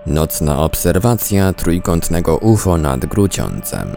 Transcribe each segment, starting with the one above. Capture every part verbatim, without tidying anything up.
Nocna obserwacja trójkątnego U F O nad Grudziądzem.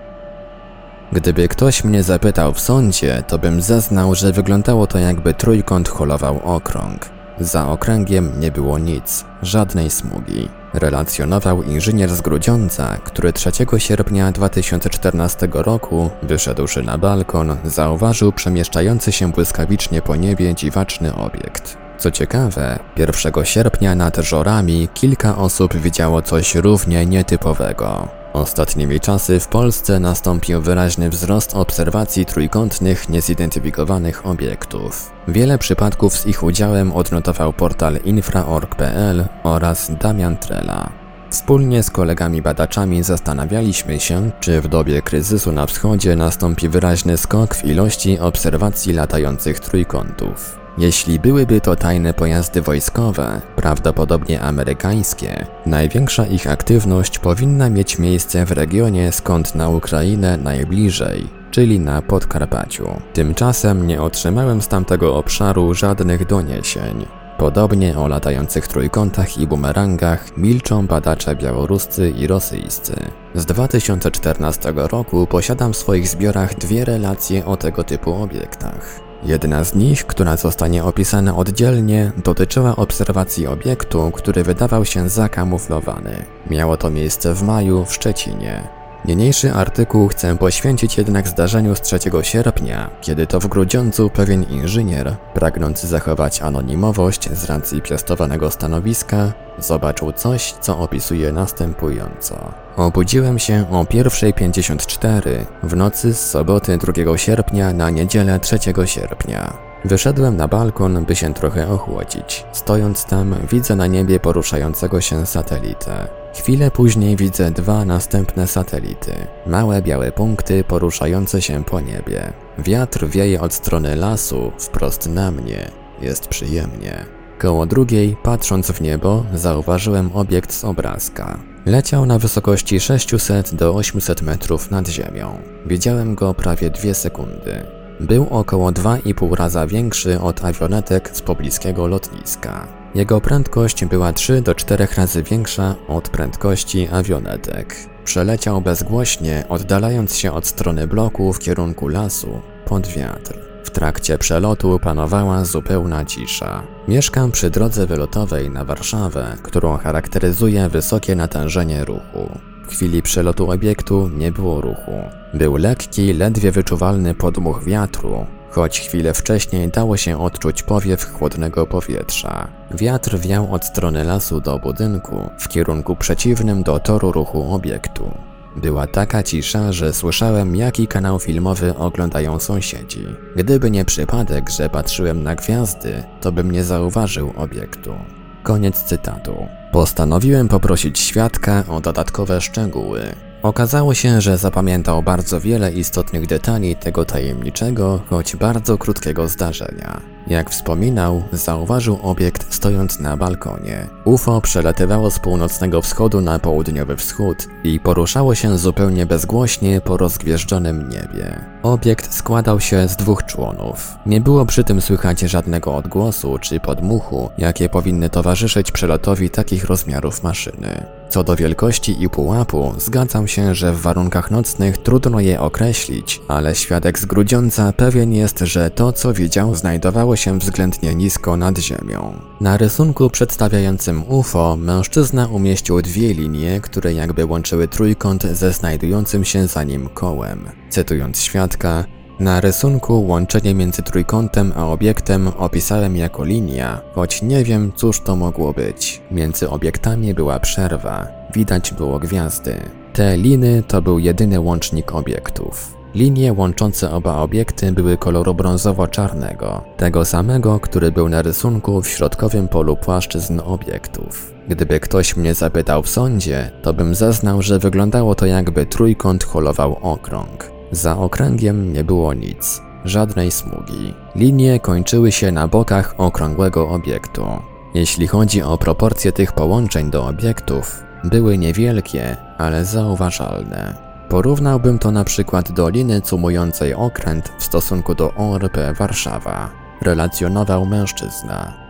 Gdyby ktoś mnie zapytał w sądzie, to bym zeznał, że wyglądało to, jakby trójkąt holował okrąg. Za okręgiem nie było nic, żadnej smugi. Relacjonował inżynier z Grudziądza, który trzeciego sierpnia dwa tysiące czternastego roku, wyszedłszy na balkon, zauważył przemieszczający się błyskawicznie po niebie dziwaczny obiekt. Co ciekawe, pierwszego sierpnia nad Żorami kilka osób widziało coś równie nietypowego. Ostatnimi czasy w Polsce nastąpił wyraźny wzrost obserwacji trójkątnych, niezidentyfikowanych obiektów. Wiele przypadków z ich udziałem odnotował portal infra kropka org kropka p l oraz Damian Trela. Wspólnie z kolegami badaczami zastanawialiśmy się, czy w dobie kryzysu na wschodzie nastąpi wyraźny skok w ilości obserwacji latających trójkątów. Jeśli byłyby to tajne pojazdy wojskowe, prawdopodobnie amerykańskie, największa ich aktywność powinna mieć miejsce w regionie, skąd na Ukrainę najbliżej, czyli na Podkarpaciu. Tymczasem nie otrzymałem z tamtego obszaru żadnych doniesień. Podobnie o latających trójkątach i bumerangach milczą badacze białoruscy i rosyjscy. Z dwa tysiące czternastego roku posiadam w swoich zbiorach dwie relacje o tego typu obiektach. Jedna z nich, która zostanie opisana oddzielnie, dotyczyła obserwacji obiektu, który wydawał się zakamuflowany. Miało to miejsce w maju w Szczecinie. Niniejszy artykuł chcę poświęcić jednak zdarzeniu z trzeciego sierpnia, kiedy to w Grudziądzu pewien inżynier, pragnący zachować anonimowość z racji piastowanego stanowiska, zobaczył coś, co opisuje następująco. Obudziłem się o pierwsza pięćdziesiąt cztery w nocy z soboty drugiego sierpnia na niedzielę trzeciego sierpnia. Wyszedłem na balkon, by się trochę ochłodzić. Stojąc tam, widzę na niebie poruszającego się satelitę. Chwilę później widzę dwa następne satelity. Małe białe punkty poruszające się po niebie. Wiatr wieje od strony lasu, wprost na mnie. Jest przyjemnie. Koło drugiej, patrząc w niebo, zauważyłem obiekt z obrazka. Leciał na wysokości sześćset do ośmiuset metrów nad ziemią. Widziałem go prawie dwie sekundy. Był około dwa i pół raza większy od awionetek z pobliskiego lotniska. Jego prędkość była trzy do czterech razy większa od prędkości awionetek. Przeleciał bezgłośnie, oddalając się od strony bloku w kierunku lasu, pod wiatr. W trakcie przelotu panowała zupełna cisza. Mieszkam przy drodze wylotowej na Warszawę, którą charakteryzuje wysokie natężenie ruchu. W chwili przelotu obiektu nie było ruchu. Był lekki, ledwie wyczuwalny podmuch wiatru, choć chwilę wcześniej dało się odczuć powiew chłodnego powietrza. Wiatr wiał od strony lasu do budynku, w kierunku przeciwnym do toru ruchu obiektu. Była taka cisza, że słyszałem, jaki kanał filmowy oglądają sąsiedzi. Gdyby nie przypadek, że patrzyłem na gwiazdy, to bym nie zauważył obiektu. Koniec cytatu. Postanowiłem poprosić świadka o dodatkowe szczegóły. Okazało się, że zapamiętał bardzo wiele istotnych detali tego tajemniczego, choć bardzo krótkiego zdarzenia. Jak wspominał, zauważył obiekt stojąc na balkonie. U F O przelatywało z północnego wschodu na południowy wschód i poruszało się zupełnie bezgłośnie po rozgwieżdżonym niebie. Obiekt składał się z dwóch członów. Nie było przy tym słychać żadnego odgłosu czy podmuchu, jakie powinny towarzyszyć przelotowi takich rozmiarów maszyny. Co do wielkości i pułapu, zgadzam się, że w warunkach nocnych trudno je określić, ale świadek z Grudziądza pewien jest, że to, co widział, znajdowało się względnie nisko nad ziemią. Na rysunku przedstawiającym U F O mężczyzna umieścił dwie linie, które jakby łączyły trójkąt ze znajdującym się za nim kołem. Cytując świadka, na rysunku łączenie między trójkątem a obiektem opisałem jako linia, choć nie wiem, cóż to mogło być. Między obiektami była przerwa, widać było gwiazdy. Te liny to był jedyny łącznik obiektów. Linie łączące oba obiekty były koloru brązowo-czarnego, tego samego, który był na rysunku w środkowym polu płaszczyzn obiektów. Gdyby ktoś mnie zapytał w sądzie, to bym zeznał, że wyglądało to, jakby trójkąt holował okrąg. Za okręgiem nie było nic, żadnej smugi. Linie kończyły się na bokach okrągłego obiektu. Jeśli chodzi o proporcje tych połączeń do obiektów, były niewielkie, ale zauważalne. Porównałbym to na przykład do liny cumującej okręt w stosunku do O R P Warszawa. Relacjonował mężczyzna.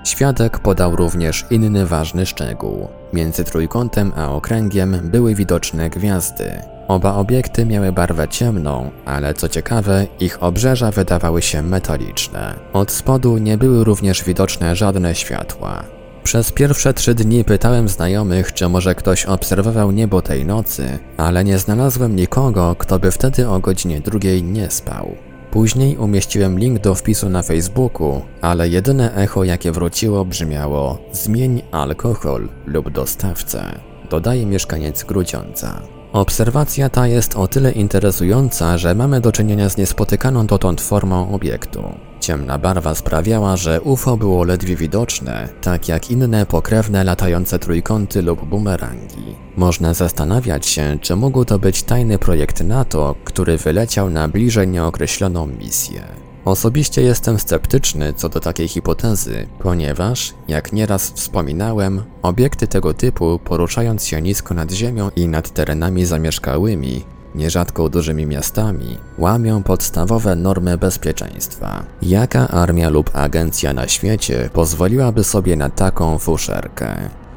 Świadek podał również inny ważny szczegół. Między trójkątem a okręgiem były widoczne gwiazdy. Oba obiekty miały barwę ciemną, ale co ciekawe, ich obrzeża wydawały się metaliczne. Od spodu nie były również widoczne żadne światła. Przez pierwsze trzy dni pytałem znajomych, czy może ktoś obserwował niebo tej nocy, ale nie znalazłem nikogo, kto by wtedy o godzinie drugiej nie spał. Później umieściłem link do wpisu na Facebooku, ale jedyne echo jakie wróciło brzmiało: zmień alkohol lub dostawcę, dodaje mieszkaniec Grudziądza. Obserwacja ta jest o tyle interesująca, że mamy do czynienia z niespotykaną dotąd formą obiektu. Ciemna barwa sprawiała, że U F O było ledwie widoczne, tak jak inne pokrewne latające trójkąty lub bumerangi. Można zastanawiać się, czy mógł to być tajny projekt NATO, który wyleciał na bliżej nieokreśloną misję. Osobiście jestem sceptyczny co do takiej hipotezy, ponieważ, jak nieraz wspominałem, obiekty tego typu, poruszając się nisko nad ziemią i nad terenami zamieszkałymi, nierzadko dużymi miastami, łamią podstawowe normy bezpieczeństwa. Jaka armia lub agencja na świecie pozwoliłaby sobie na taką fuszerkę?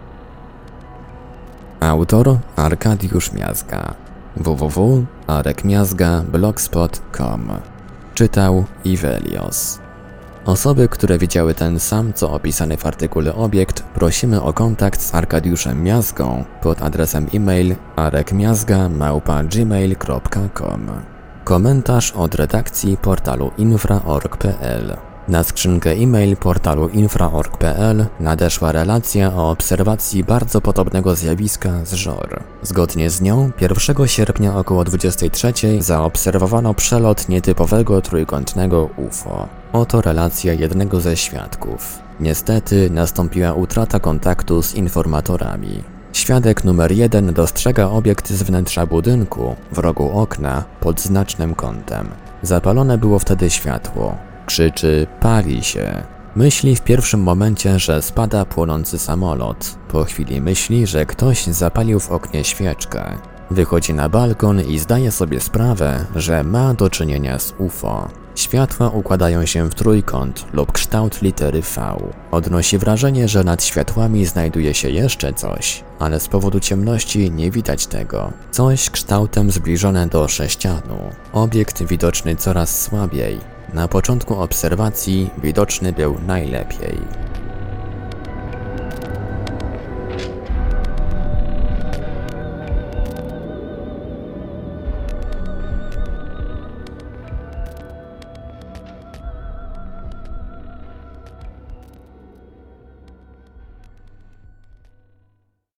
Autor Arkadiusz Miazga. w w w kropka arek miazga kropka blogspot kropka com. Czytał Ivelios. Osoby, które widziały ten sam co opisany w artykule obiekt, prosimy o kontakt z Arkadiuszem Miazgą pod adresem e-mail arekmiazga małpa gmail kropka com. Komentarz od redakcji portalu infra kropka org kropka p l. Na skrzynkę e-mail portalu infra kropka org kropka p l nadeszła relacja o obserwacji bardzo podobnego zjawiska z żor. Zgodnie z nią pierwszego sierpnia około dwudziestej trzeciej zaobserwowano przelot nietypowego trójkątnego U F O. Oto relacja jednego ze świadków. Niestety nastąpiła utrata kontaktu z informatorami. Świadek numer jeden dostrzega obiekt z wnętrza budynku, w rogu okna, pod znacznym kątem. Zapalone było wtedy światło. Krzyczy: pali się. Myśli w pierwszym momencie, że spada płonący samolot. Po chwili myśli, że ktoś zapalił w oknie świeczkę. Wychodzi na balkon i zdaje sobie sprawę, że ma do czynienia z U F O. Światła układają się w trójkąt lub kształt litery V. Odnosi wrażenie, że nad światłami znajduje się jeszcze coś, ale z powodu ciemności nie widać tego. Coś kształtem zbliżone do sześcianu. Obiekt widoczny coraz słabiej. Na początku obserwacji widoczny był najlepiej.